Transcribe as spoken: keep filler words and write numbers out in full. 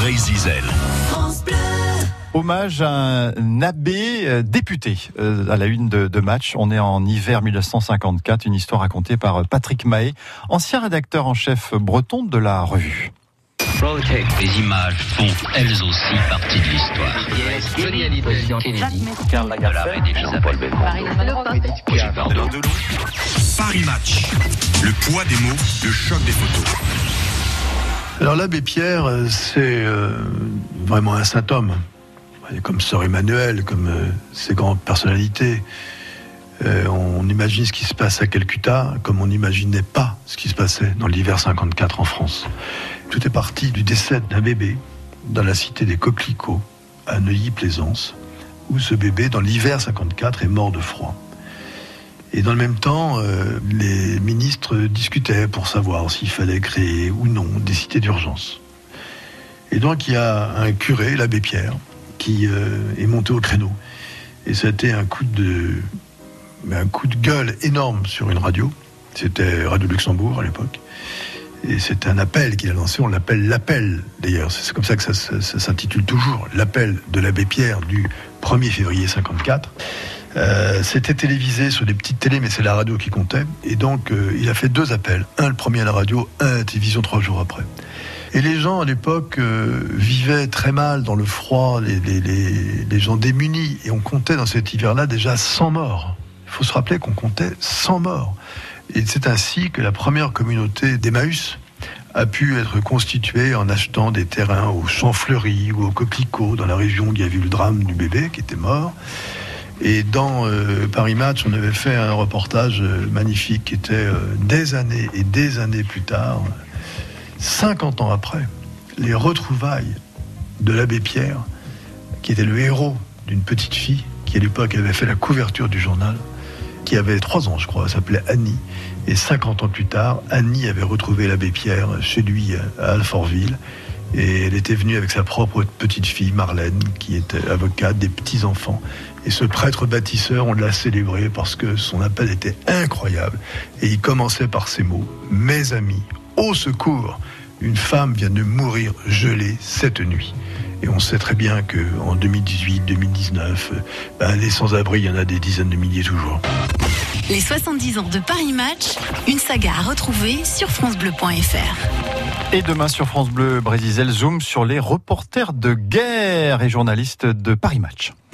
Brésil. Hommage à un abbé député à la une de, de Match. On est en hiver mille neuf cent cinquante-quatre, une histoire racontée par Patrick Mahé, ancien rédacteur en chef breton de la revue. Les images font elles aussi partie de l'histoire. Johnny Hallyday, Kennedy, Karl Lagerfeld, Paul Paris Match. Le poids des mots, le choc des photos. Alors l'abbé Pierre, c'est euh, vraiment un saint homme. Comme Sœur Emmanuel, comme euh, ces grandes personnalités. Euh, on imagine ce qui se passe à Calcutta, comme on n'imaginait pas ce qui se passait dans l'hiver cinquante-quatre en France. Tout est parti du décès d'un bébé dans la cité des Coquelicots, à Neuilly-Plaisance, où ce bébé, dans l'hiver cinquante-quatre, est mort de froid. Et dans le même temps, euh, les ministres discutaient pour savoir s'il fallait créer ou non des cités d'urgence. Et donc il y a un curé, l'abbé Pierre, qui euh, est monté au créneau. Et ça a été un coup de, un coup de gueule énorme sur une radio. C'était Radio Luxembourg à l'époque. Et c'est un appel qu'il a lancé, on l'appelle l'appel d'ailleurs. C'est comme ça que ça, ça, ça s'intitule toujours, l'appel de l'abbé Pierre du premier février cinquante-quatre. Euh, c'était télévisé sur des petites télés, mais c'est la radio qui comptait. Et donc euh, il a fait deux appels. Un le premier à la radio, un à la télévision trois jours après. Et les gens, à l'époque, euh, vivaient très mal dans le froid, les, les, les, les gens démunis. Et on comptait dans cet hiver-là déjà cent morts. Il faut se rappeler qu'on comptait cent morts. Et c'est ainsi que la première communauté d'Emmaüs a pu être constituée en achetant des terrains aux champs fleuris ou aux coquelicots, dans la région où il y avait eu le drame du bébé qui était mort. Et dans euh, Paris Match, on avait fait un reportage euh, magnifique qui était euh, des années et des années plus tard... cinquante ans après, les retrouvailles de l'abbé Pierre, qui était le héros d'une petite fille qui à l'époque avait fait la couverture du journal, qui avait trois ans je crois, elle s'appelait Annie, et cinquante ans plus tard, Annie avait retrouvé l'abbé Pierre chez lui à Alfortville, et elle était venue avec sa propre petite fille Marlène, qui était avocate des petits-enfants. Et ce prêtre bâtisseur, on l'a célébré parce que son appel était incroyable, et il commençait par ces mots: « Mes amis, au secours, une femme vient de mourir gelée cette nuit. » Et on sait très bien qu'en deux mille dix-huit, deux mille dix-neuf, ben, les sans-abri, il y en a des dizaines de milliers toujours. Les soixante-dix ans de Paris Match, une saga à retrouver sur francebleu point f r. Et demain sur France Bleu Brésil, zoom sur les reporters de guerre et journalistes de Paris Match.